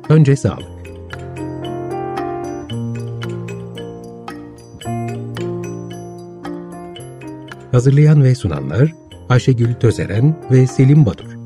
Önce sağlık. Hazırlayan ve sunanlar Ayşegül Tözeren ve Selim Badur.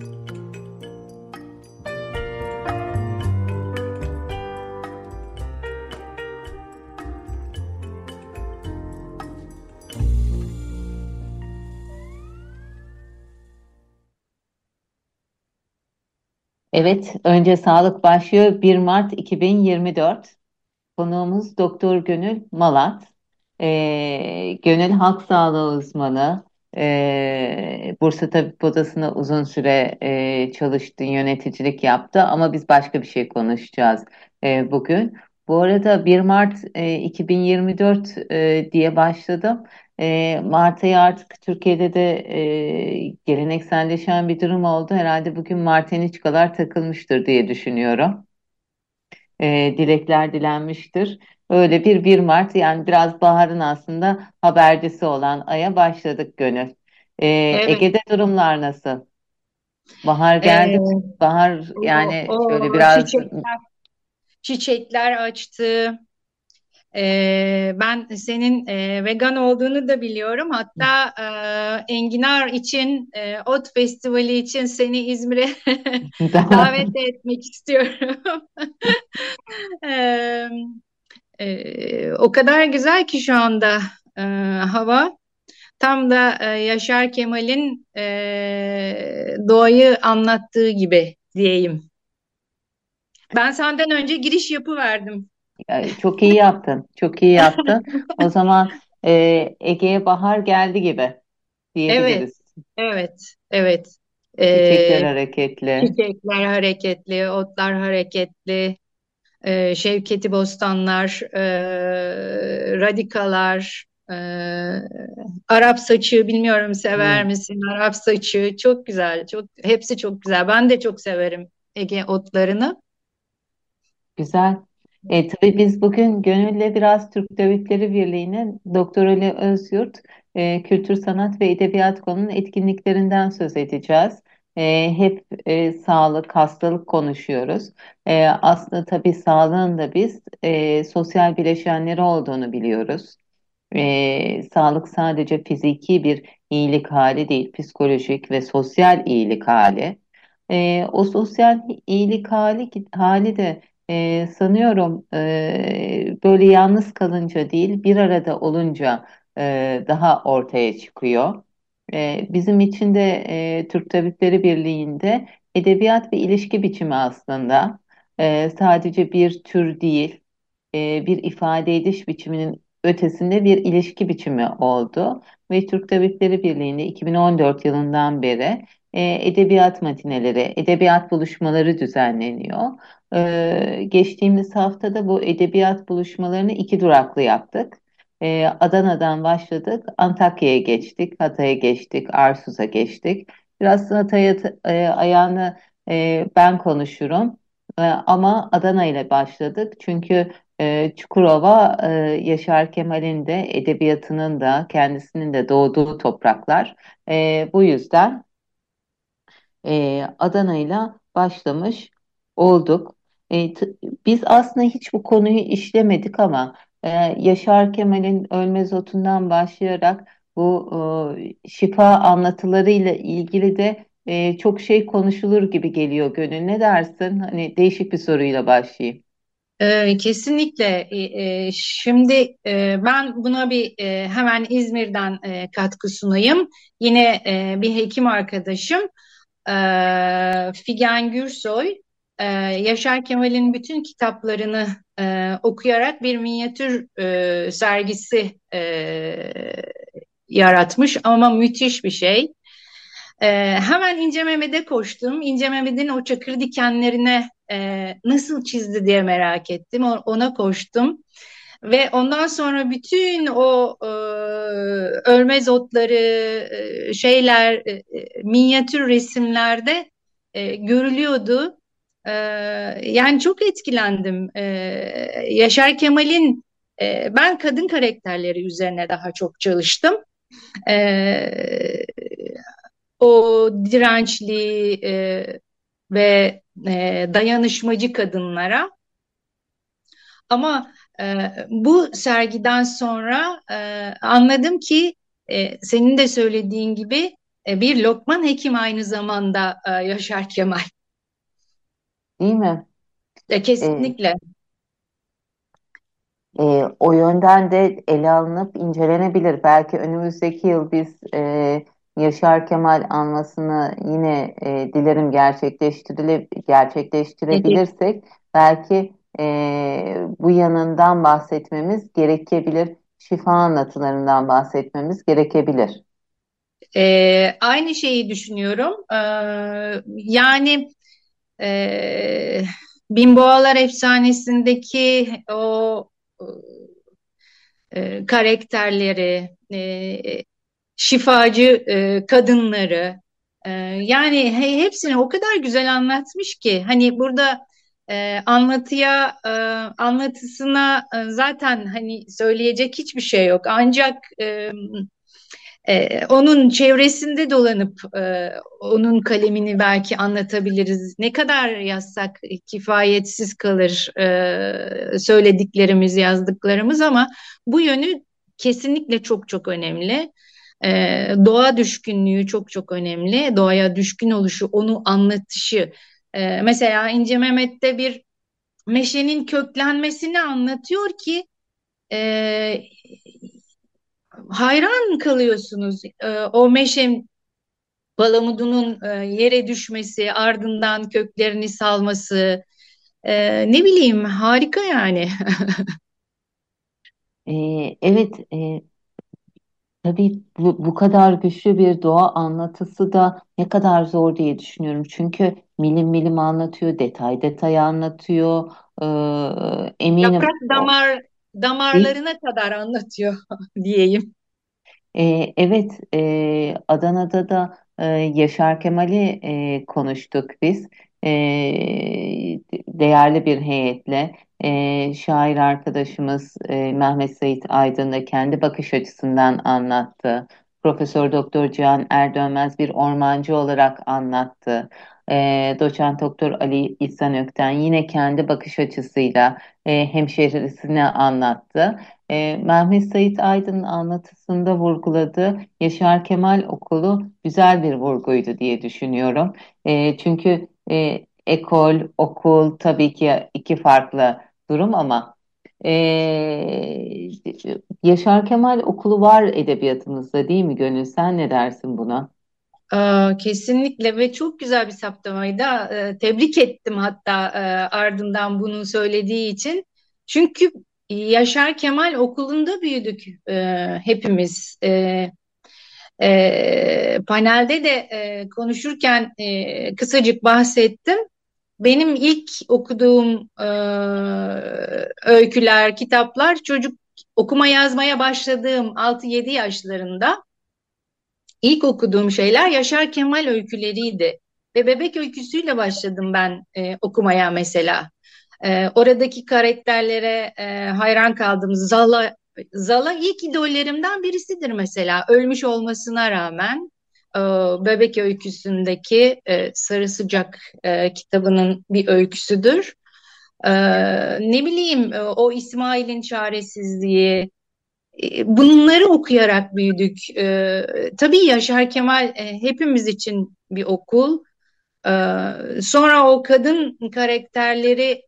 Evet, önce sağlık başlıyor. 1 Mart 2024. Konuğumuz Doktor Gönül Malat. Gönül halk sağlığı uzmanı. Bursa Tabip Odası'nda uzun süre çalıştı, yöneticilik yaptı ama biz başka bir şey konuşacağız bugün. Bu arada 1 Mart 2024 diye başladım. Mart ayı artık Türkiye'de de gelenekselleşen bir durum oldu. Herhalde bugün Marteniçkalar takılmıştır diye düşünüyorum. Dilekler dilenmiştir. Öyle bir 1 Mart, yani biraz baharın aslında habercisi olan aya başladık Gönül. Evet. Ege'de durumlar nasıl? Bahar geldi mi? Ee, Bahar o, yani şöyle o biraz çiçekler açtı. Ben senin vegan olduğunu da biliyorum. Hatta Enginar için, Ot Festivali için seni İzmir'e daha davet etmek istiyorum. Ee, O kadar güzel ki şu anda hava. Tam da Yaşar Kemal'in doğayı anlattığı gibi diyeyim. Ben senden önce giriş yapıverdim. çok iyi yaptın. Çok iyi yaptın. O zaman Ege'ye bahar geldi gibi Evet, diyebiliriz. evet, evet. Çiçekler Ee, hareketli. Çiçekler hareketli, otlar hareketli, şevketi bostanlar, radikalar, Arap saçı bilmiyorum sever Hmm, misin? Arap saçı çok güzel, çok hepsi çok güzel. Ben de çok severim Ege otlarını. güzel. Tabii biz bugün Gönül'le biraz Türk Tabipleri Birliği'nin Doktor Ali Özyurt kültür, sanat ve edebiyat konunun etkinliklerinden söz edeceğiz. Hep sağlık, hastalık konuşuyoruz. Aslında tabii sağlığın da biz sosyal bileşenleri olduğunu biliyoruz. Sağlık sadece fiziki bir iyilik hali değil, psikolojik ve sosyal iyilik hali. O sosyal iyilik hali de sanıyorum böyle yalnız kalınca değil, bir arada olunca daha ortaya çıkıyor. Bizim için de Türk Tabipleri Birliği'nde edebiyat ve ilişki biçimi aslında sadece bir tür değil, bir ifade ediş biçiminin ötesinde bir ilişki biçimi oldu ve Türk Tabipleri Birliği'nde 2014 yılından beri edebiyat matineleri, edebiyat buluşmaları düzenleniyor. Geçtiğimiz haftada bu edebiyat buluşmalarını iki duraklı yaptık. Adana'dan başladık, Antakya'ya geçtik, Hatay'a geçtik, Arsuz'a geçtik. Biraz Hatay'a ayağını ben konuşurum. Ama Adana ile başladık çünkü Çukurova, Yaşar Kemal'in de edebiyatının da kendisinin de doğduğu topraklar. Bu yüzden Adana'yla başlamış olduk. Biz aslında hiç bu konuyu işlemedik ama Yaşar Kemal'in Ölmez Otundan başlayarak bu şifa anlatılarıyla ilgili de çok şey konuşulur gibi geliyor Gönül. Ne dersin? Hani değişik bir soruyla başlayayım. Kesinlikle. Şimdi ben buna hemen İzmir'den katkı sunayım. Yine bir hekim arkadaşım Figen Gürsoy, Yaşar Kemal'in bütün kitaplarını okuyarak bir minyatür sergisi yaratmış ama müthiş bir şey. Hemen İnce Mehmet'e koştum. İnce Mehmet'in o çakır dikenlerine nasıl çizdi diye merak ettim. Ona koştum. Ve ondan sonra bütün o ölmez otları, minyatür resimlerde görülüyordu. E, Yani çok etkilendim. Yaşar Kemal'in ben kadın karakterleri üzerine daha çok çalıştım. E, O dirençli ve dayanışmacı kadınlara. Ama bu sergiden sonra anladım ki senin de söylediğin gibi bir Lokman Hekim aynı zamanda Yaşar Kemal. Değil mi? E, Kesinlikle. O yönden de ele alınıp incelenebilir. Belki önümüzdeki yıl biz Yaşar Kemal anmasını yine dilerim Evet. gerçekleştirebilirsek belki bu yanından bahsetmemiz gerekebilir. Şifa anlatılarından bahsetmemiz gerekebilir. Aynı şeyi düşünüyorum. Yani Bin Boğalar Efsanesi'ndeki o karakterleri, şifacı kadınları, yani hepsini o kadar güzel anlatmış ki hani burada anlatısına zaten hani söyleyecek hiçbir şey yok. Ancak onun çevresinde dolanıp onun kalemini belki anlatabiliriz. Ne kadar yazsak kifayetsiz kalır söylediklerimiz, yazdıklarımız ama bu yönü kesinlikle çok çok önemli. Doğa düşkünlüğü çok çok önemli. Doğaya düşkün oluşu, onu anlatışı. Mesela İnce Mehmet'te bir meşenin köklenmesini anlatıyor ki e, hayran kalıyorsunuz. O meşe palamudunun yere düşmesi, ardından köklerini salması, ne bileyim harika yani. Evet, tabii bu kadar güçlü bir doğa anlatısı da ne kadar zor diye düşünüyorum. Çünkü milim milim anlatıyor, detay detay anlatıyor. Eminim Yaprak damarlarına kadar anlatıyor diyeyim. Evet, Adana'da da Yaşar Kemal'i konuştuk biz. Değerli bir heyetle. Şair arkadaşımız Mehmet Sait Aydın da kendi bakış açısından anlattı. Profesör Doktor Cihan Erdönmez bir ormancı olarak anlattı. Doçent Doktor Ali İhsan Ökten yine kendi bakış açısıyla hemşehrisine anlattı. Mehmet Sait Aydın'ın anlatısında vurguladığı Yaşar Kemal Okulu güzel bir vurguydu diye düşünüyorum. Çünkü ekol, okul tabii ki iki farklı durum ama e, Yaşar Kemal Okulu var edebiyatımızda değil mi Gönül? Sen ne dersin buna? Kesinlikle ve çok güzel bir saptamaydı. Tebrik ettim hatta ardından bunu söylediği için. Çünkü Yaşar Kemal Okulu'nda büyüdük hepimiz. Panelde de konuşurken kısacık bahsettim. Benim ilk okuduğum öyküler, kitaplar çocuk okuma yazmaya başladığım 6-7 yaşlarında ilk okuduğum şeyler Yaşar Kemal öyküleriydi. Ve bebek öyküsüyle başladım ben okumaya mesela. Oradaki karakterlere hayran kaldım. Zala ilk idollerimden birisidir mesela. Ölmüş olmasına rağmen Bebek Öyküsü'ndeki Sarı Sıcak kitabının bir öyküsüdür. E, Ne bileyim o İsmail'in çaresizliği, bunları okuyarak büyüdük. Tabii Yaşar Kemal hepimiz için bir okul. Sonra o kadın karakterleri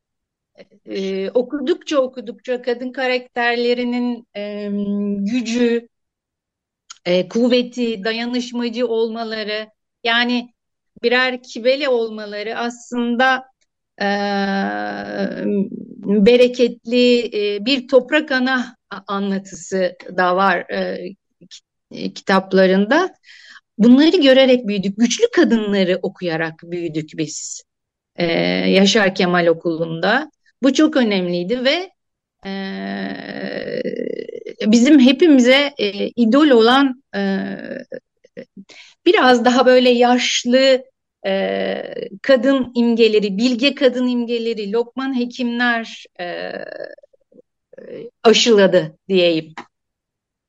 okudukça kadın karakterlerinin gücü, kuvveti, dayanışmacı olmaları, yani birer kibele olmaları aslında e, bereketli bir toprak ana anlatısı da var kitaplarında. Bunları görerek büyüdük. Güçlü kadınları okuyarak büyüdük biz. Yaşar Kemal Okulu'nda. Bu çok önemliydi ve bizim hepimize idol olan biraz daha böyle yaşlı kadın imgeleri, bilge kadın imgeleri, Lokman hekimler aşıladı diyeyim.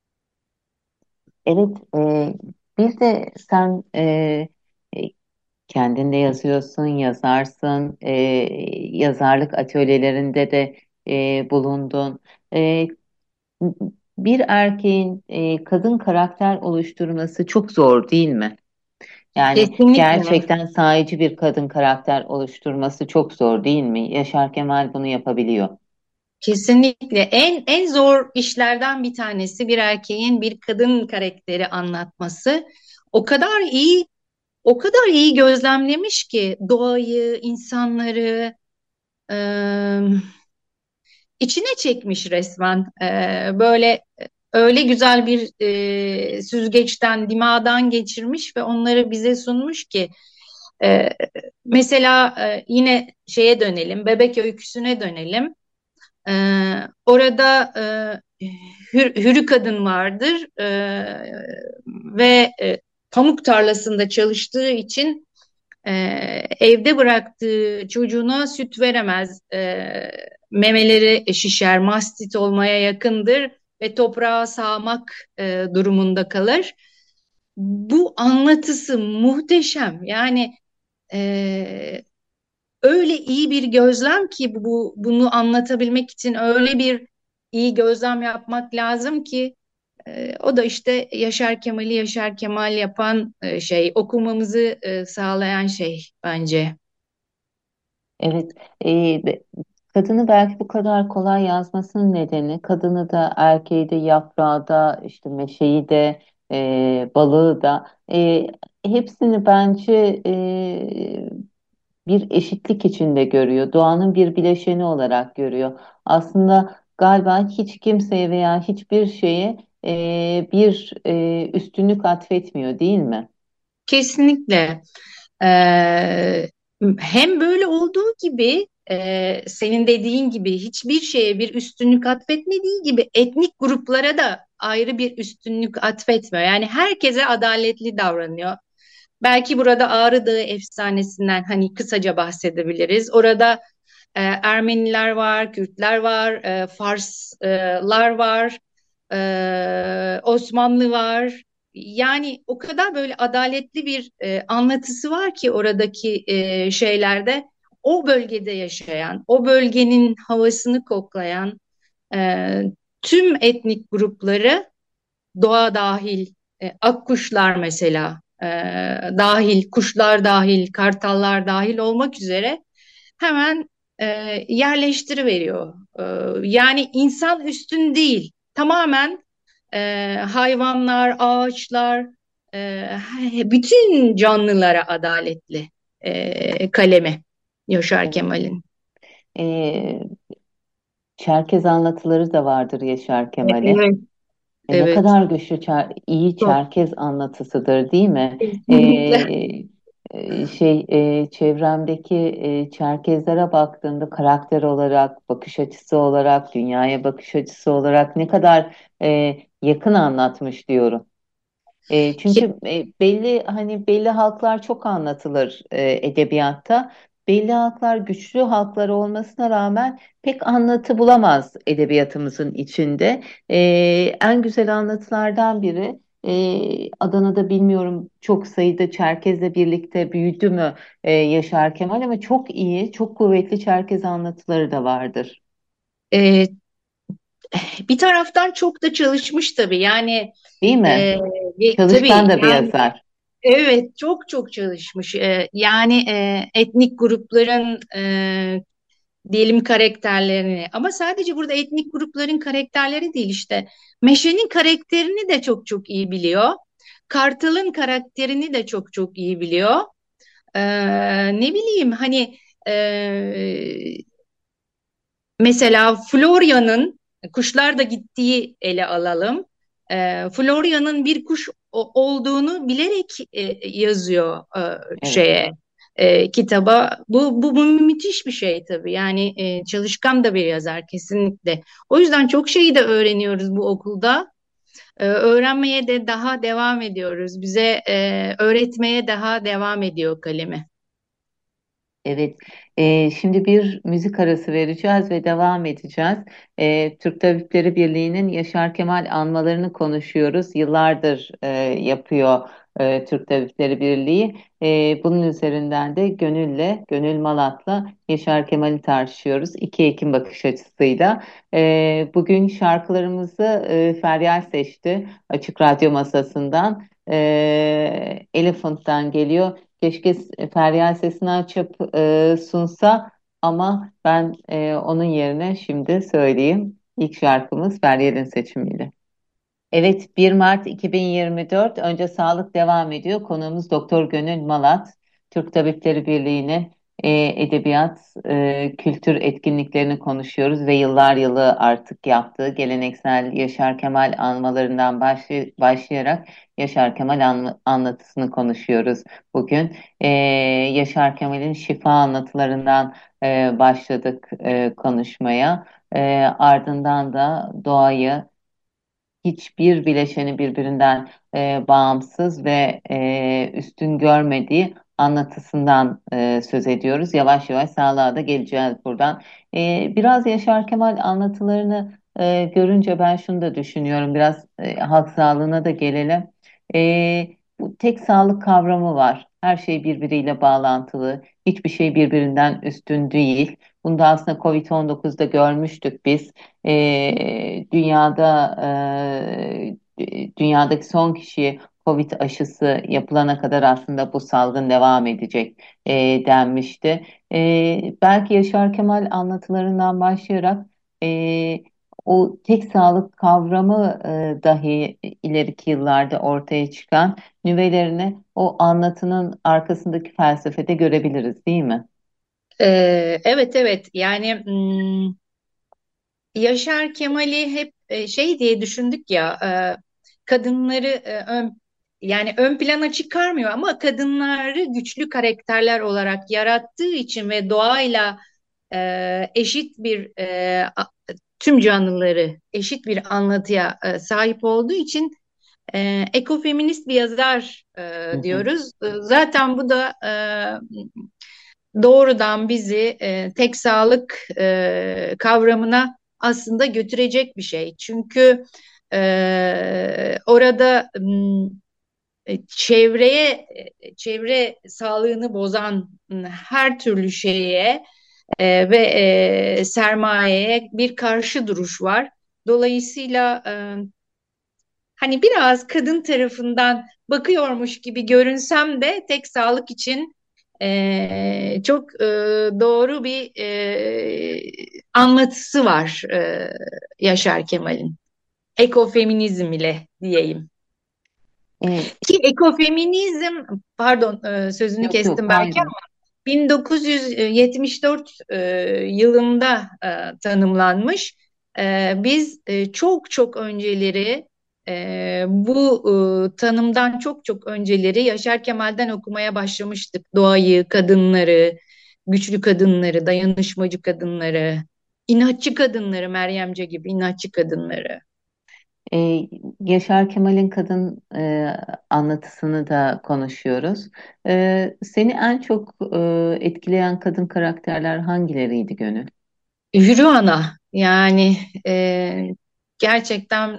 Evet, bir de sen kendin de yazıyorsun, yazarsın, yazarlık atölyelerinde de bulundun. E, Bir erkeğin kadın karakter oluşturması çok zor değil mi? Yani Kesinlikle. gerçekten sahici bir kadın karakter oluşturması çok zor değil mi? Yaşar Kemal bunu yapabiliyor. Kesinlikle en zor işlerden bir tanesi bir erkeğin bir kadın karakteri anlatması. O kadar iyi, o kadar iyi gözlemlemiş ki doğayı, insanları, e, içine çekmiş resmen. Böyle öyle güzel bir süzgeçten, dimağdan geçirmiş ve onları bize sunmuş ki. E, Mesela yine şeye dönelim, bebek öyküsüne dönelim. Orada Hürü kadın vardır ve pamuk tarlasında çalıştığı için e, evde bıraktığı çocuğuna süt veremez. Memeleri şişer, mastit olmaya yakındır ve toprağa sağmak durumunda kalır. Bu anlatısı muhteşem. Yani e, öyle iyi bir gözlem ki bunu anlatabilmek için öyle bir iyi gözlem yapmak lazım ki o da işte Yaşar Kemal'i Yaşar Kemal yapan şey, okumamızı sağlayan şey bence. Evet, kadını belki bu kadar kolay yazmasının nedeni kadını da erkeği de yaprağı da işte meşeyi de balığı da hepsini bence bir eşitlik içinde görüyor. Doğanın bir bileşeni olarak görüyor. Aslında galiba hiç kimseye veya hiçbir şeye bir üstünlük atfetmiyor, değil mi? Kesinlikle. E, Hem böyle olduğu gibi senin dediğin gibi hiçbir şeye bir üstünlük atfetmediği gibi etnik gruplara da ayrı bir üstünlük atfetmiyor. Yani herkese adaletli davranıyor. Belki burada Ağrı Dağı efsanesinden hani kısaca bahsedebiliriz. Orada Ermeniler var, Kürtler var, Farslar var, Osmanlı var. Yani o kadar böyle adaletli bir anlatısı var ki oradaki şeylerde o bölgede yaşayan, o bölgenin havasını koklayan e, tüm etnik grupları doğa dahil, akkuşlar mesela dahil, kuşlar dahil, kartallar dahil olmak üzere hemen e, yerleştiriveriyor. Yani insan üstün değil, tamamen hayvanlar, ağaçlar, bütün canlılara adaletli kalemi Yaşar Evet. Kemal'in. E, Çerkez anlatıları da vardır Yaşar Kemal'in. Evet, Ne evet. kadar güçlü, iyi Çok Çerkez anlatısıdır, değil mi? kesinlikle. Çevremdeki Çerkezlere baktığımda karakter olarak, bakış açısı olarak, dünyaya bakış açısı olarak ne kadar yakın anlatmış diyorum. Çünkü belli hani belli halklar çok anlatılır edebiyatta. Belli halklar güçlü halklar olmasına rağmen pek anlatı bulamaz edebiyatımızın içinde. En güzel anlatılardan biri Adana'da bilmiyorum çok sayıda Çerkezle birlikte büyüdü mü Yaşar Kemal ama çok iyi, çok kuvvetli Çerkez anlatıları da vardır. E, Bir taraftan çok da çalışmış tabii. Yani Değil mi? e, Çalışkan tabii da bir yani yazar. evet çok çok çalışmış. Yani etnik grupların diyelim karakterlerini ama sadece burada etnik grupların karakterleri değil işte Meşe'nin karakterini de çok çok iyi biliyor. Kartal'ın karakterini de çok çok iyi biliyor. Ne bileyim hani e, mesela Florya'nın kuşlar da gittiği ele alalım. Florya'nın bir kuş olduğunu bilerek yazıyor Evet. kitaba. Bu müthiş bir şey tabii. Yani çalışkan da bir yazar kesinlikle. O yüzden çok şeyi de öğreniyoruz bu okulda. Öğrenmeye de daha devam ediyoruz. Bize öğretmeye daha devam ediyor kalemi. Evet, şimdi bir müzik arası vereceğiz ve devam edeceğiz. Türk Tabipleri Birliği'nin Yaşar Kemal anmalarını konuşuyoruz. Yıllardır yapıyor Türk Tabipleri Birliği. Bunun üzerinden de Gönül Malat'la Yaşar Kemal'i tartışıyoruz. 2 Ekim bakış açısıyla. Bugün şarkılarımızı Feryal seçti Açık Radyo masasından. Elephant'tan geliyor. Keşke Feryal sesini açıp sunsa ama ben onun yerine şimdi söyleyeyim. İlk şarkımız Feryal'in seçimiyle. Evet, 1 Mart 2024. Önce sağlık devam ediyor. Konuğumuz Doktor Gönül Malat. Türk Tabipleri Birliği'nin edebiyat, kültür etkinliklerini konuşuyoruz ve yıllar yılı artık yaptığı geleneksel Yaşar Kemal anmalarından başlayarak Yaşar Kemal anlatısını konuşuyoruz bugün. Yaşar Kemal'in şifa anlatılarından başladık konuşmaya. Ardından da doğayı, hiçbir bileşeni birbirinden bağımsız ve üstün görmediği anlatısından söz ediyoruz. Yavaş yavaş sağlığa da geleceğiz buradan. Biraz Yaşar Kemal anlatılarını görünce ben şunu da düşünüyorum. Biraz halk sağlığına da gelelim. Bu tek sağlık kavramı var. Her şey birbiriyle bağlantılı. Hiçbir şey birbirinden üstün değil. Bunu da aslında Covid-19'da görmüştük biz. Dünyadaki son kişiye Covid aşısı yapılana kadar aslında bu salgın devam edecek denmişti. Belki Yaşar Kemal anlatılarından başlayarak o tek sağlık kavramı dahi ileriki yıllarda ortaya çıkan nüvelerini o anlatının arkasındaki felsefede görebiliriz, değil mi? Evet, evet, yani Yaşar Kemal'i hep şey diye düşündük ya, kadınları yani ön plana çıkarmıyor ama kadınları güçlü karakterler olarak yarattığı için ve doğayla eşit bir tüm canlıları eşit bir anlatıya sahip olduğu için ekofeminist bir yazar Hı hı. diyoruz. Zaten bu da doğrudan bizi tek sağlık kavramına aslında götürecek bir şey. Çünkü orada çevre sağlığını bozan her türlü şeye ve sermayeye bir karşı duruş var. Dolayısıyla hani biraz kadın tarafından bakıyormuş gibi görünsem de tek sağlık için çok doğru bir anlatısı var Yaşar Kemal'in. Ekofeminizm ile diyeyim. E, Ki ekofeminizm, pardon sözünü Yok yok, kestim belki, pardon. 1974 yılında tanımlanmış. Biz çok çok önceleri bu tanımdan çok çok önceleri Yaşar Kemal'den okumaya başlamıştık. Doğayı, kadınları, güçlü kadınları, dayanışmacı kadınları, inatçı kadınları, Meryemce gibi inatçı kadınları. Ee, Yaşar Kemal'in kadın anlatısını da konuşuyoruz. Seni en çok etkileyen kadın karakterler hangileriydi Gönül? Hürü Ana, yani gerçekten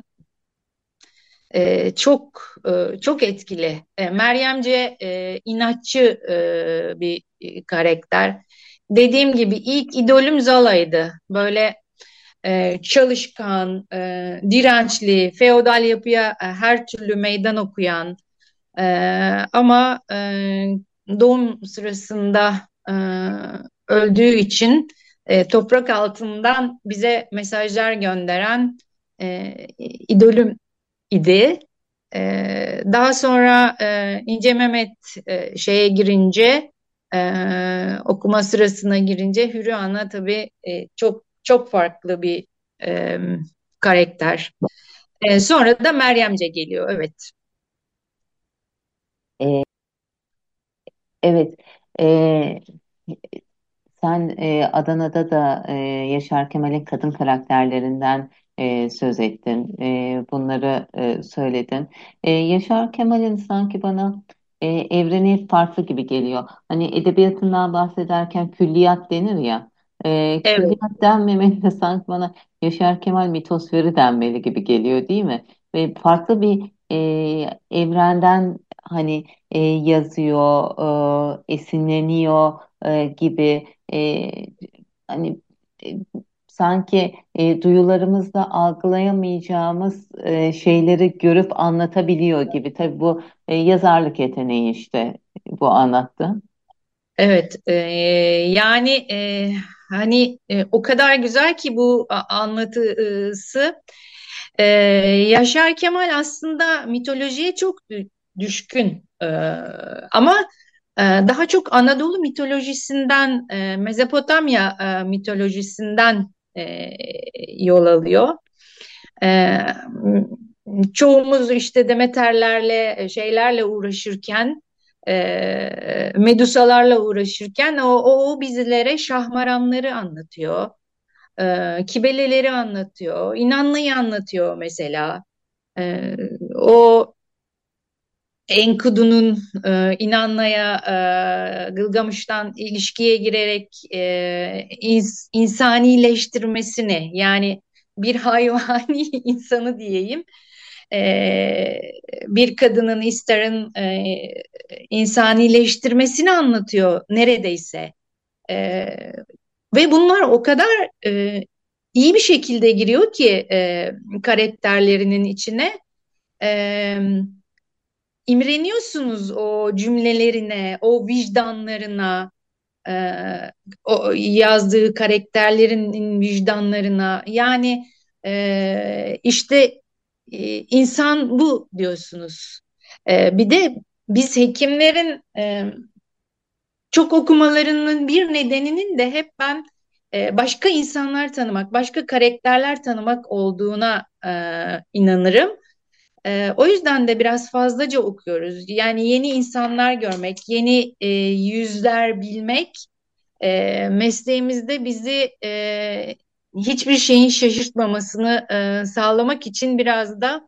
çok çok etkili. Meryemce inatçı bir karakter. Dediğim gibi ilk idolüm Zala'ydı. Böyle çalışkan, dirençli, feodal yapıya her türlü meydan okuyan, e, ama doğum sırasında öldüğü için toprak altından bize mesajlar gönderen idolüm idi. Daha sonra İnce Mehmet şeye girince, okuma sırasına girince Hürü Ana tabii çok çok farklı bir e, karakter. Sonra da Meryemce geliyor. Evet. Ee, evet. Ee, Sen Adana'da da Yaşar Kemal'in kadın karakterlerinden söz ettin. Bunları söyledin. Yaşar Kemal'in sanki bana evreni farklı gibi geliyor. Hani edebiyatından bahsederken külliyat denir ya. Evet. Külliyat denmemeli de sanki bana Yaşar Kemal mitosferi denmeli gibi geliyor, değil mi? Ve farklı bir evrenden hani yazıyor, esinleniyor gibi, hani e, sanki duyularımızla algılayamayacağımız şeyleri görüp anlatabiliyor gibi. Tabii bu yazarlık yeteneği işte, bu anlattı. Evet, yani hani o kadar güzel ki bu anlatısı. E, Yaşar Kemal aslında mitolojiye çok düşkün. Ama daha çok Anadolu mitolojisinden, Mezopotamya mitolojisinden yol alıyor. E, Çoğumuz işte Demeterlerle, şeylerle uğraşırken, Medusalarla uğraşırken o bizlere Şahmaranları anlatıyor. Kibeleleri anlatıyor. İnanlı'yı anlatıyor mesela. O Enkudu'nun İnanlı'ya, Gılgamış'tan ilişkiye girerek insanileştirmesini, yani bir hayvani insanı diyeyim, e, bir kadının, İstar'ın insanileştirmesini anlatıyor neredeyse. E, Ve bunlar o kadar iyi bir şekilde giriyor ki karakterlerinin içine. E, imreniyorsunuz o cümlelerine, o vicdanlarına, e, o yazdığı karakterlerin vicdanlarına. Yani işte insan bu diyorsunuz. Bir de biz hekimlerin çok okumalarının bir nedeninin de hep ben başka insanlar tanımak, başka karakterler tanımak olduğuna inanırım. O yüzden de biraz fazlaca okuyoruz. Yani yeni insanlar görmek, yeni yüzler bilmek mesleğimizde bizi hiçbir şeyin şaşırtmamasını sağlamak için biraz da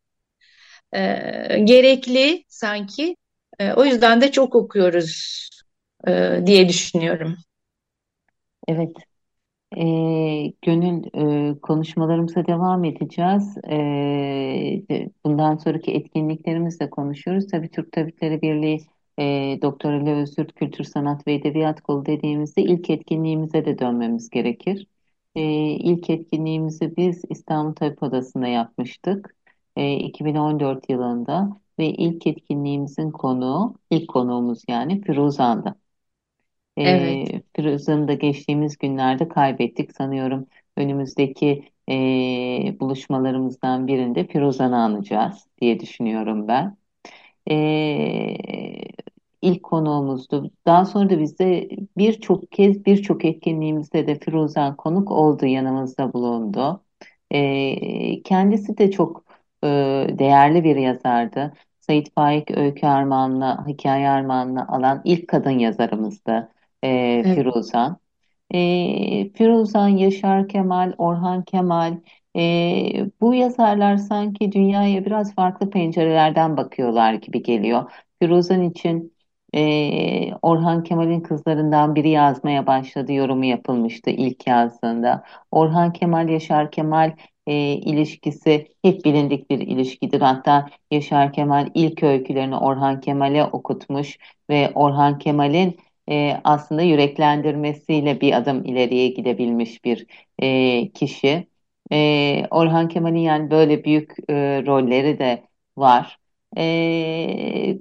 gerekli sanki. O yüzden de çok okuyoruz diye düşünüyorum. Evet. Gönül, konuşmalarımıza devam edeceğiz. Bundan sonraki etkinliklerimizde konuşuyoruz. Tabii Türk Tabipleri Birliği Doktor Ali Özgürt Kültür Sanat ve Edebiyat Kolu dediğimizde ilk etkinliğimize de dönmemiz gerekir. Ee, ilk etkinliğimizi biz İstanbul Tabip Odası'nda yapmıştık. 2014 yılında ve ilk etkinliğimizin konuğu, ilk konuğumuz yani Firuzan'dı. Evet, Firuza'nı da geçtiğimiz günlerde kaybettik. Sanıyorum önümüzdeki buluşmalarımızdan birinde Firuzan'ı anacağız diye düşünüyorum ben. Ee, ilk konuğumuzdu. Daha sonra da bizde birçok kez birçok etkinliğimizde de Firuzan konuk oldu, yanımızda bulundu. Kendisi de çok değerli bir yazardı. Sait Faik Öykü Armağan'la, Hikaye Armağan'la alan ilk kadın yazarımızdı evet, Firuzan. Firuzan, Yaşar Kemal, Orhan Kemal, bu yazarlar sanki dünyaya biraz farklı pencerelerden bakıyorlar gibi geliyor. Firuzan için Orhan Kemal'in kızlarından biri yazmaya başladı yorumu yapılmıştı ilk yazdığında. Orhan Kemal, Yaşar Kemal ilişkisi hep bilindik bir ilişkidir. Hatta Yaşar Kemal ilk öykülerini Orhan Kemal'e okutmuş ve Orhan Kemal'in aslında yüreklendirmesiyle bir adım ileriye gidebilmiş bir kişi. Orhan Kemal'in yani böyle büyük rolleri de var. E,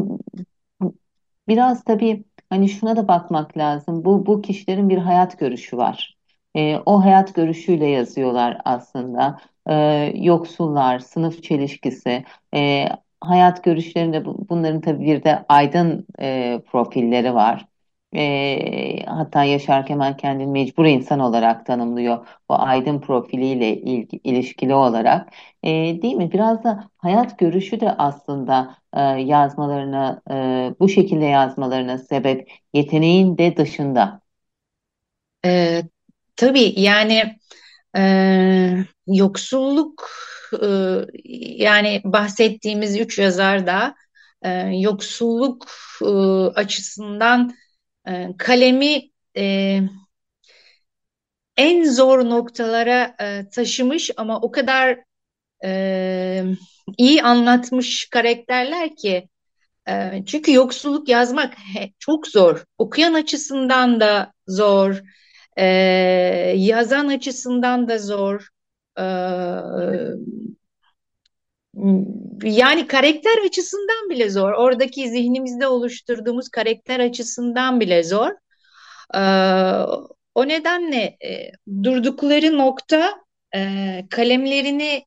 Biraz tabii hani şuna da bakmak lazım. Bu kişilerin bir hayat görüşü var. O hayat görüşüyle yazıyorlar aslında. Yoksullar, sınıf çelişkisi, e, hayat görüşlerinde bunların tabii bir de aydın profilleri var. Hatta Yaşar Kemal kendini mecbur insan olarak tanımlıyor. O aydın profiliyle ilişkili olarak. Değil mi? Biraz da hayat görüşü de aslında yazmalarına, bu şekilde yazmalarına sebep, yeteneğin de dışında. e, tabii yani yoksulluk, e, yani bahsettiğimiz üç yazar da yoksulluk e, açısından kalemi en zor noktalara taşımış ama o kadar iyi anlatmış karakterler ki Çünkü yoksulluk yazmak çok zor. Okuyan açısından da zor, e, yazan açısından da zor. E, Yani karakter açısından bile zor. Oradaki zihnimizde oluşturduğumuz karakter açısından bile zor. E, O nedenle durdukları nokta kalemlerini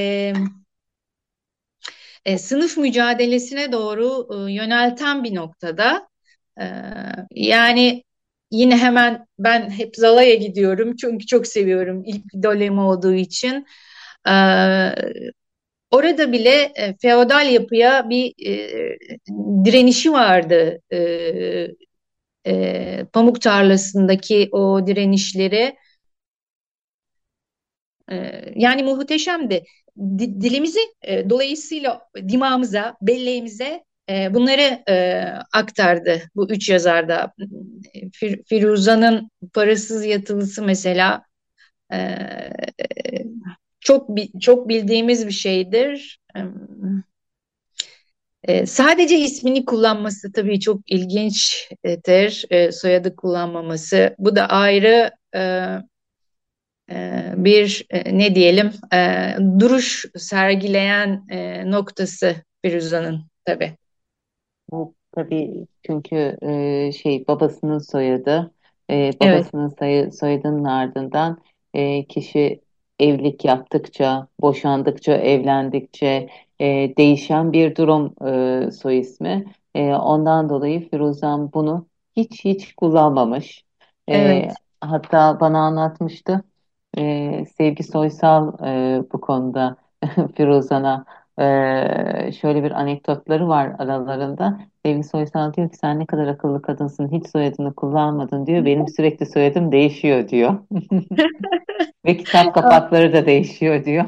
sınıf mücadelesine doğru yönelten bir noktada. E, Yani yine hemen ben hep Zala'ya gidiyorum çünkü çok seviyorum ilk idolüm olduğu için. E, Orada bile feodal yapıya bir direnişi vardı. Pamuk tarlasındaki o direnişleri. Yani muhteşemdi. Dilimizi dolayısıyla dimağımıza, belleğimize bunları aktardı bu üç yazarda. Firuza'nın Parasız Yatılısı mesela e, çok bildiğimiz bir şeydir. Sadece ismini kullanması tabii çok ilginçtir. Soyadı kullanmaması. Bu da ayrı bir ne diyelim duruş sergileyen noktası Firuza'nın tabii. Bu tabii çünkü babasının soyadı, Evet, babasının soyadının ardından kişi evlilik yaptıkça, boşandıkça, evlendikçe değişen bir durum soy ismi. Ondan dolayı Firuzan bunu hiç kullanmamış. E, evet. Hatta bana anlatmıştı. Sevgi Soysal bu konuda Firuzan'a şöyle bir anekdotları var aralarında. Sevgi Soysal diyor ki sen ne kadar akıllı kadınsın, hiç soyadını kullanmadın diyor. Benim sürekli soyadım değişiyor diyor. Ve kitap kapakları da değişiyor diyor.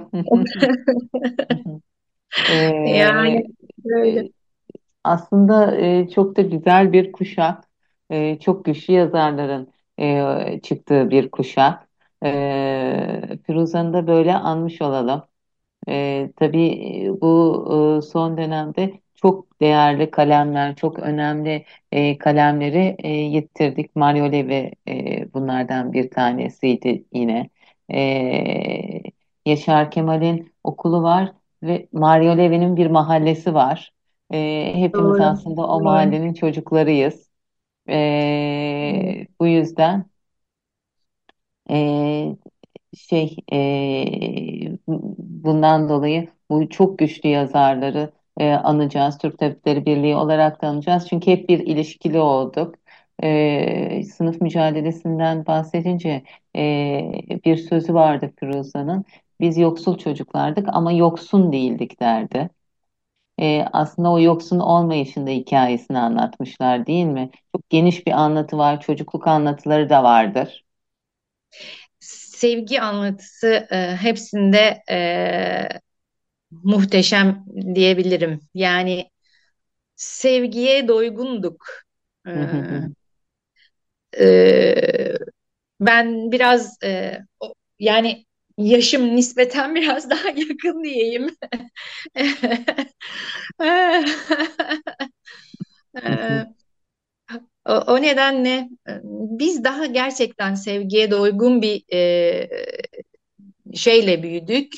Yani Ee, böyle. e, Aslında çok da güzel bir kuşak. Çok güçlü yazarların çıktığı bir kuşak. Firuzan'ı da böyle anmış olalım. Tabii bu son dönemde çok değerli kalemler, çok önemli kalemleri yitirdik. Mario Levi bunlardan bir tanesiydi yine. E, Yaşar Kemal'in okulu var ve Mario Levi'nin bir mahallesi var. Hepimiz Doğru, aslında o doğru. mahallenin çocuklarıyız. Evet, Bu yüzden e, bundan dolayı bu çok güçlü yazarları anacağız. Türk Tabipleri Birliği olarak da anacağız. Çünkü hep bir ilişkili olduk. Sınıf mücadelesinden bahsedince bir sözü vardı Firuza'nın. Biz yoksul çocuklardık ama yoksun değildik derdi. Aslında o yoksun olmayışında hikayesini anlatmışlar değil mi? Çok geniş bir anlatı var. Çocukluk anlatıları da vardır. sevgi anlatısı hepsinde muhteşem diyebilirim. Yani sevgiye doygunduk. E, e, Ben biraz yani yaşım nispeten biraz daha yakın diyeyim. O nedenle biz daha gerçekten sevgiye doygun bir şeyle büyüdük.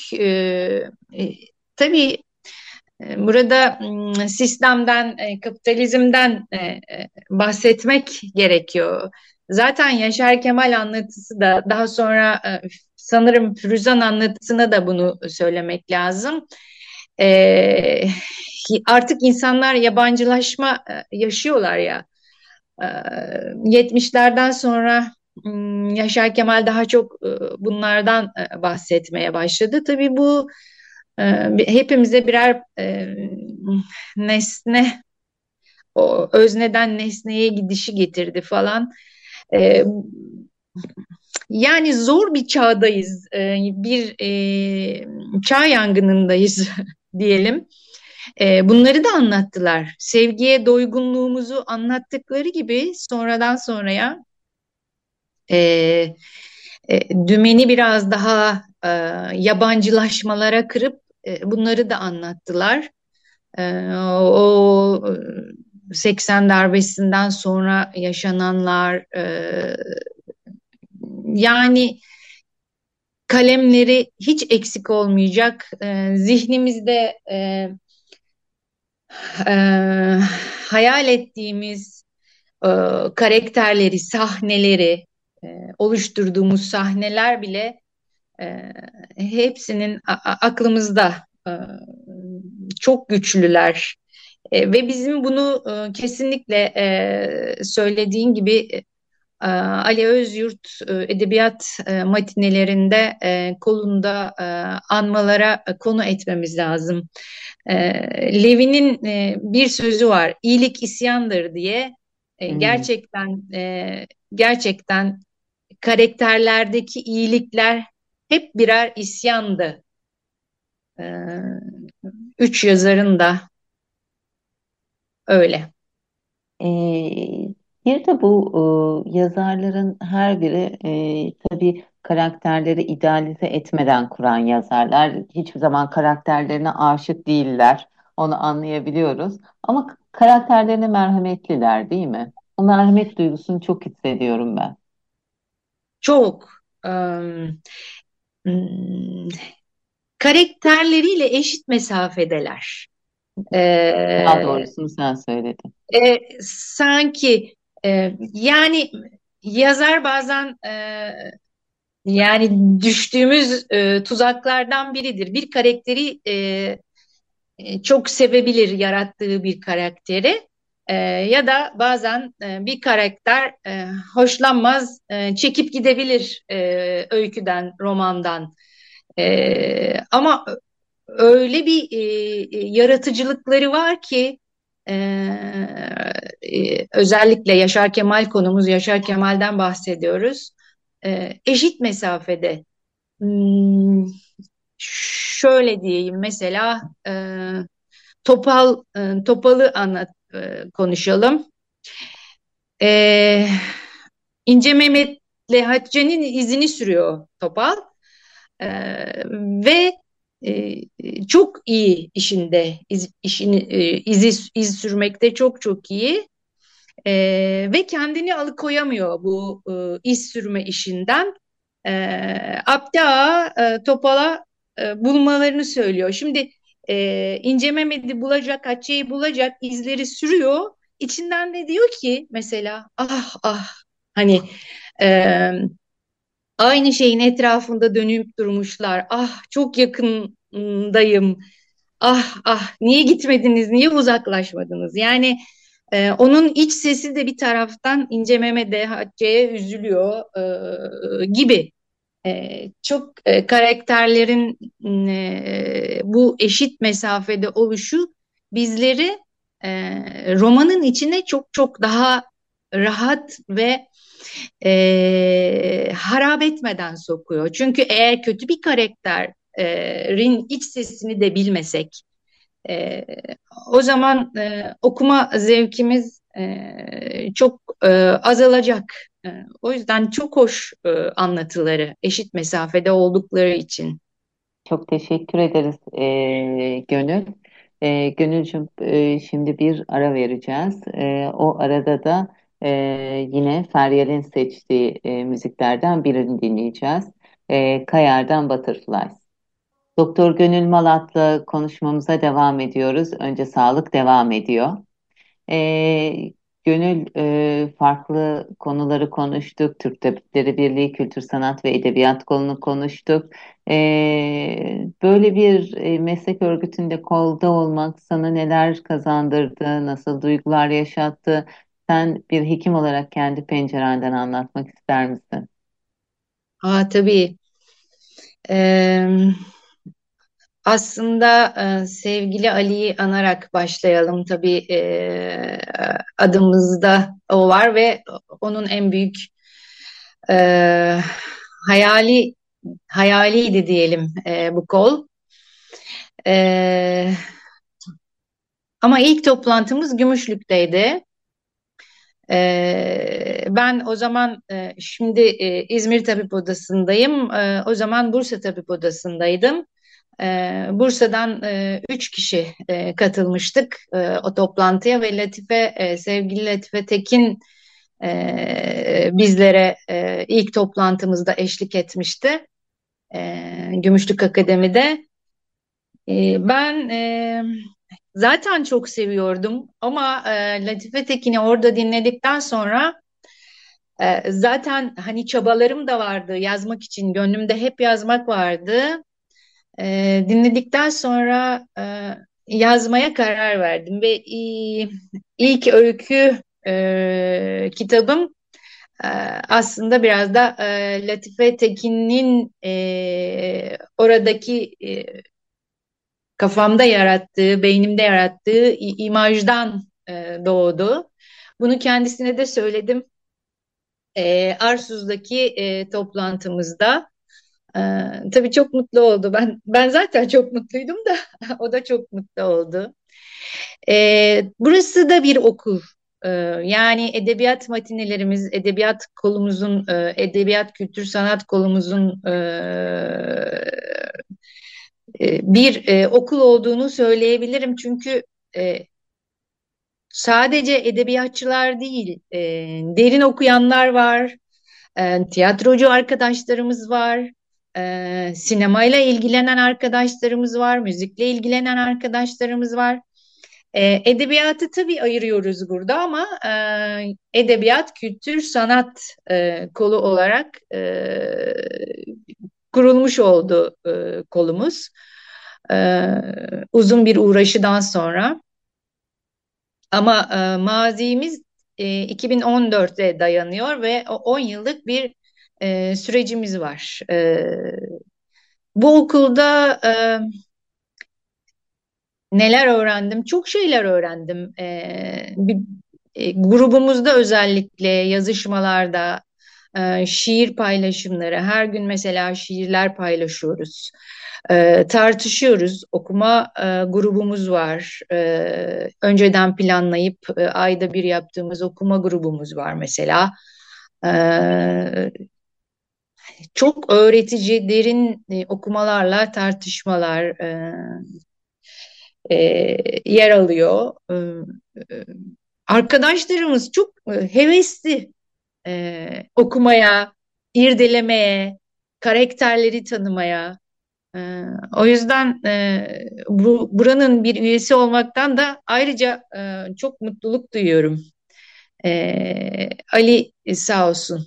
Tabii burada sistemden, kapitalizmden bahsetmek gerekiyor. Zaten Yaşar Kemal anlatısı da daha sonra sanırım Firuzan anlatısına da bunu söylemek lazım. E, Artık insanlar yabancılaşma yaşıyorlar ya. 70'lerden sonra Yaşar Kemal daha çok bunlardan bahsetmeye başladı. Tabii bu hepimize birer nesne, o özneden nesneye gidişi getirdi falan. E, Yani zor bir çağdayız, bir çağ yangınındayız diyelim. Bunları da anlattılar. Sevgiye doygunluğumuzu anlattıkları gibi sonradan sonraya e, dümeni biraz daha yabancılaşmalara kırıp bunları da anlattılar. O 80 darbesinden sonra yaşananlar, yani kalemleri hiç eksik olmayacak. Zihnimizde e, hayal ettiğimiz e, karakterleri, sahneleri, oluşturduğumuz sahneler bile hepsinin aklımızda, çok güçlüler. Ve bizim bunu kesinlikle söylediğin gibi Ali Özyurt edebiyat matinelerinde kolunda anmalara konu etmemiz lazım. Levi'nin bir sözü var, iyilik isyandır diye. Hmm. Gerçekten karakterlerdeki iyilikler hep birer isyandı. E, Üç yazarın da öyle. Bir de bu yazarların her biri tabii karakterleri idealize etmeden kuran yazarlar. Hiçbir zaman karakterlerine aşık değiller. Onu anlayabiliyoruz. Ama karakterlerine merhametliler, değil mi? O merhamet duygusunu çok hissediyorum ben. Çok hmm, karakterleriyle eşit mesafedeler. Daha Ee, doğrusunu sen söyledin. Sanki yani yazar bazen yani düştüğümüz tuzaklardan biridir. Bir karakteri çok sevebilir, yarattığı bir karakteri. Ya da bazen bir karakter hoşlanmaz, çekip gidebilir öyküden, romandan. Ama öyle bir yaratıcılıkları var ki e, özellikle Yaşar Kemal, konumuz Yaşar Kemal'den bahsediyoruz. Eşit mesafede. Hmm, Şöyle diyeyim, mesela Topal'ı konuşalım. E, İnce Mehmet'le Hatice'nin izini sürüyor Topal. E, Ve çok iyi işinde, iz sürmekte çok çok iyi. Ve kendini alıkoyamıyor bu iz sürme işinden. Abdi Ağa Topal'a bulmalarını söylüyor. Şimdi İnce Mehmet'i bulacak, Hatice'yi bulacak, izleri sürüyor. İçinden de diyor ki mesela, ah ah, hani e, aynı şeyin etrafında dönüp durmuşlar. Ah, çok yakındayım. Ah ah, niye gitmediniz, niye uzaklaşmadınız? Yani onun iç sesi de bir taraftan İnce Mehmet'e, Hatice'ye üzülüyor gibi. Çok karakterlerin bu eşit mesafede oluşu bizleri romanın içine çok çok daha rahat ve harap etmeden sokuyor. Çünkü eğer kötü bir karakterin iç sesini de bilmesek, e, o zaman okuma zevkimiz çok azalacak. O yüzden çok hoş anlatıları, eşit mesafede oldukları için. Çok teşekkür ederiz Gönül. Gönülcüm, şimdi bir ara vereceğiz. O arada da e, yine Feryal'in seçtiği müziklerden birini dinleyeceğiz. Kayar'dan Butterflies. Doktor Gönül Malat'la konuşmamıza devam ediyoruz. Önce sağlık devam ediyor. Ee, Gönül, farklı konuları konuştuk. Türk Tabipleri Birliği, Kültür Sanat ve Edebiyat kolunu konuştuk. Böyle bir meslek örgütünde kolda olmak sana neler kazandırdı, nasıl duygular yaşattı? Sen bir hekim olarak kendi pencerenden anlatmak ister misin? Tabii. Ee, Aslında sevgili Ali'yi anarak başlayalım. Tabii adımızda o var ve onun en büyük e, hayali hayaliydi diyelim bu kol. E, Ama ilk toplantımız Gümüşlük'teydi. Ben o zaman şimdi İzmir Tabip Odası'ndayım. O zaman Bursa Tabip Odası'ndaydım. Bursa'dan 3 kişi katılmıştık o toplantıya ve sevgili Latife Tekin bizlere ilk toplantımızda eşlik etmişti. Gümüşlük Akademi'de. Ben zaten çok seviyordum ama Latife Tekin'i orada dinledikten sonra zaten hani çabalarım da vardı yazmak için, gönlümde hep yazmak vardı. Dinledikten sonra yazmaya karar verdim ve ilk öykü kitabım e, aslında biraz da Latife Tekin'in oradaki kafamda yarattığı, beynimde yarattığı imajdan doğdu. Bunu kendisine de söyledim. Arsuz'daki toplantımızda. Tabii çok mutlu oldu. Ben zaten çok mutluydum da o da çok mutlu oldu. Burası da bir okul. Yani edebiyat matinelerimiz, edebiyat kolumuzun, edebiyat kültür sanat kolumuzun bir okul olduğunu söyleyebilirim. Çünkü sadece edebiyatçılar değil, derin okuyanlar var, tiyatrocu arkadaşlarımız var, sinemayla ilgilenen arkadaşlarımız var, müzikle ilgilenen arkadaşlarımız var. Edebiyatı tabii ayırıyoruz burada ama edebiyat, kültür, sanat kolu olarak kurulmuş oldu kolumuz. Uzun bir uğraşıdan sonra. Ama mazimiz 2014'e dayanıyor ve 10 yıllık bir sürecimiz var. Bu okulda neler öğrendim? Çok şeyler öğrendim. Grubumuzda özellikle yazışmalarda, şiir paylaşımları, her gün mesela şiirler paylaşıyoruz. Tartışıyoruz. Okuma grubumuz var. Önceden planlayıp ayda bir yaptığımız okuma grubumuz var mesela. Ee, Çok öğretici, derin okumalarla tartışmalar yer alıyor. E, Arkadaşlarımız çok hevesli okumaya, irdelemeye, karakterleri tanımaya. O yüzden buranın bir üyesi olmaktan da ayrıca çok mutluluk duyuyorum. Ali sağ olsun.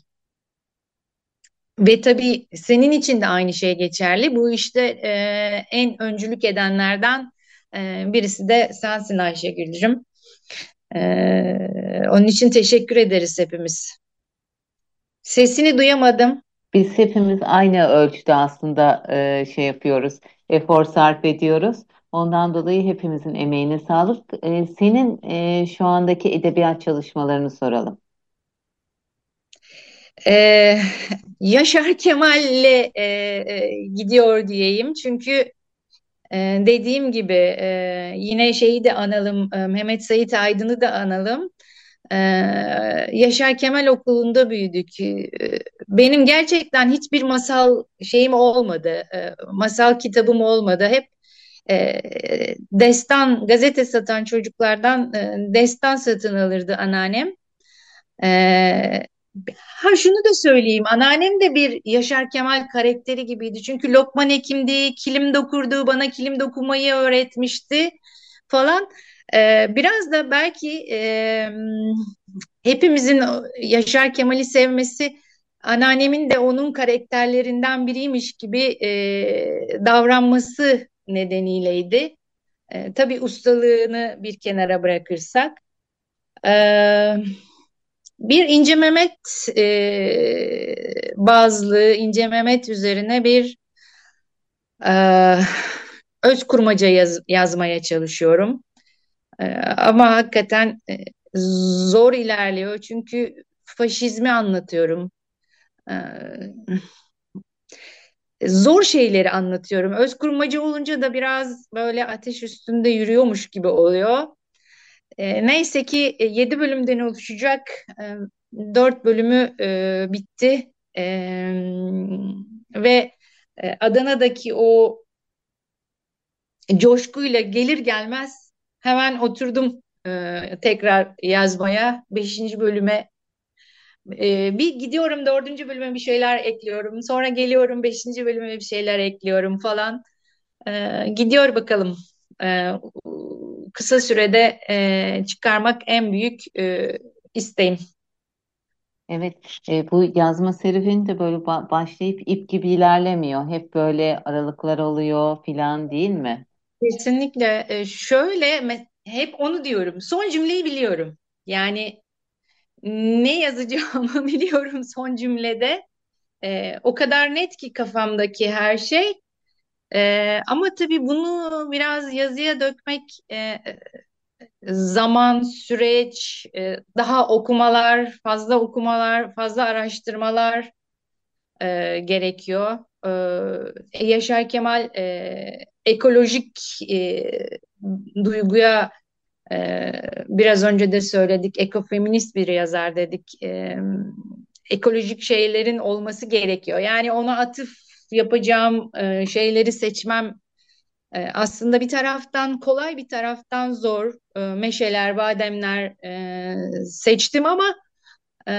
Ve tabii senin için de aynı şey geçerli. Bu işte en öncülük edenlerden birisi de sensin Ayşegül'cüm. Onun için teşekkür ederiz hepimiz. Sesini duyamadım. Biz hepimiz aynı ölçüde aslında şey yapıyoruz, efor sarf ediyoruz. Ondan dolayı hepimizin emeğine sağlık. Senin şu andaki edebiyat çalışmalarını soralım. Ee, Yaşar Kemal'le gidiyor diyeyim. Çünkü dediğim gibi yine şeyi de analım, Mehmet Sait Aydın'ı da analım. Ee, Yaşar Kemal Okulu'nda büyüdük. Benim gerçekten hiçbir masal şeyim olmadı. Masal kitabım olmadı. Hep e, destan, gazete satan çocuklardan destan satın alırdı anneannem. Ee, Ha şunu da söyleyeyim. Anneannem de bir Yaşar Kemal karakteri gibiydi. Çünkü Lokman hekimdi, kilim dokurdu, bana kilim dokumayı öğretmişti falan. Biraz da belki hepimizin Yaşar Kemal'i sevmesi anneannemin de onun karakterlerinden biriymiş gibi davranması nedeniyleydi. Tabii ustalığını bir kenara bırakırsak. Ee, Bir İnce Mehmet bazlı İnce Mehmet üzerine bir e, öz kurmaca yazmaya çalışıyorum. Ama hakikaten zor ilerliyor çünkü faşizmi anlatıyorum. E, Zor şeyleri anlatıyorum. Öz kurmaca olunca da biraz böyle ateş üstünde yürüyormuş gibi oluyor. Neyse ki 7 bölümden oluşacak. 4 bölümü bitti. Ve Adana'daki o coşkuyla gelir gelmez hemen oturdum tekrar yazmaya. Beşinci bölüme bir gidiyorum, dördüncü bölüme bir şeyler ekliyorum. Sonra geliyorum beşinci bölüme bir şeyler ekliyorum falan. Gidiyor bakalım. E, Kısa sürede çıkarmak en büyük isteğim. Evet, bu yazma serüveni de böyle başlayıp ip gibi ilerlemiyor. Hep böyle aralıklar oluyor filan değil mi? Kesinlikle şöyle hep onu diyorum. Son cümleyi biliyorum. Yani ne yazacağımı biliyorum son cümlede. O kadar net ki kafamdaki her şey. Ama tabii bunu biraz yazıya dökmek zaman, süreç, daha okumalar, fazla araştırmalar gerekiyor. Yaşar Kemal ekolojik e, duyguya biraz önce de söyledik, ekofeminist bir yazar dedik. Ekolojik şeylerin olması gerekiyor. Yani ona atıf yapacağım şeyleri seçmem aslında bir taraftan kolay, bir taraftan zor. Meşeler, bademler seçtim ama e,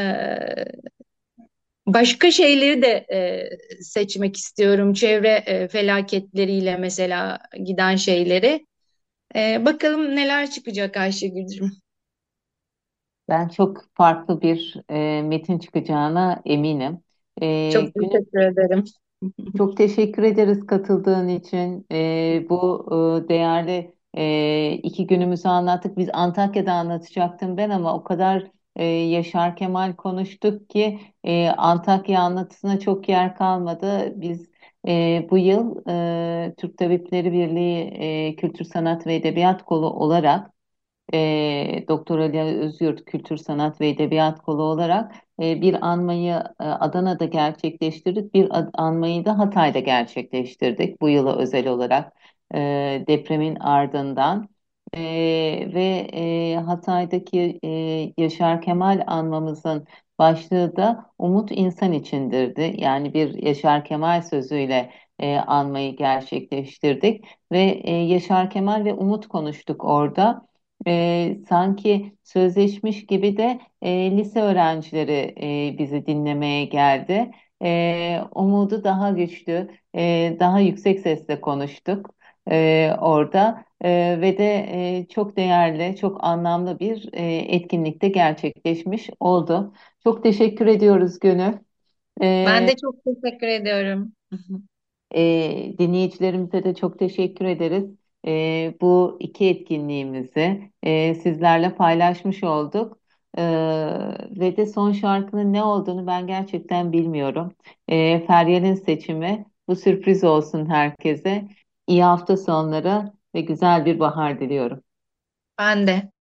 başka şeyleri de seçmek istiyorum. Çevre felaketleriyle mesela giden şeyleri. Bakalım neler çıkacak Ayşegül'cüm. Ben çok farklı bir metin çıkacağına eminim. Çok Günün teşekkür ederim. Çok teşekkür ederiz katıldığın için. Bu değerli 2 günümüzü anlattık. Biz Antakya'da anlatacaktım ben ama o kadar Yaşar Kemal konuştuk ki Antakya anlatısına çok yer kalmadı. Biz bu yıl Türk Tabipleri Birliği Kültür Sanat ve Edebiyat Kolu olarak Doktor Ali Özyurt Kültür Sanat ve Edebiyat Kolu olarak bir anmayı Adana'da gerçekleştirdik. Bir anmayı da Hatay'da gerçekleştirdik bu yıla özel olarak depremin ardından. E, ve Hatay'daki Yaşar Kemal anmamızın başlığı da Umut insan içindirdi. Yani bir Yaşar Kemal sözüyle anmayı gerçekleştirdik ve Yaşar Kemal ve Umut konuştuk orada. Sanki sözleşmiş gibi de lise öğrencileri bizi dinlemeye geldi. Umudu daha güçlü, daha yüksek sesle konuştuk orada. Ve de çok değerli, çok anlamlı bir etkinlikte gerçekleşmiş oldu. Çok teşekkür ediyoruz Gönül. Ben E, de çok teşekkür ediyorum. Dinleyicilerimize de çok teşekkür ederiz. Bu iki etkinliğimizi sizlerle paylaşmış olduk. Ee, Ve de son şarkının ne olduğunu ben gerçekten bilmiyorum. Feryal'in seçimi bu sürpriz olsun herkese. İyi hafta sonları ve güzel bir bahar diliyorum. Ben de.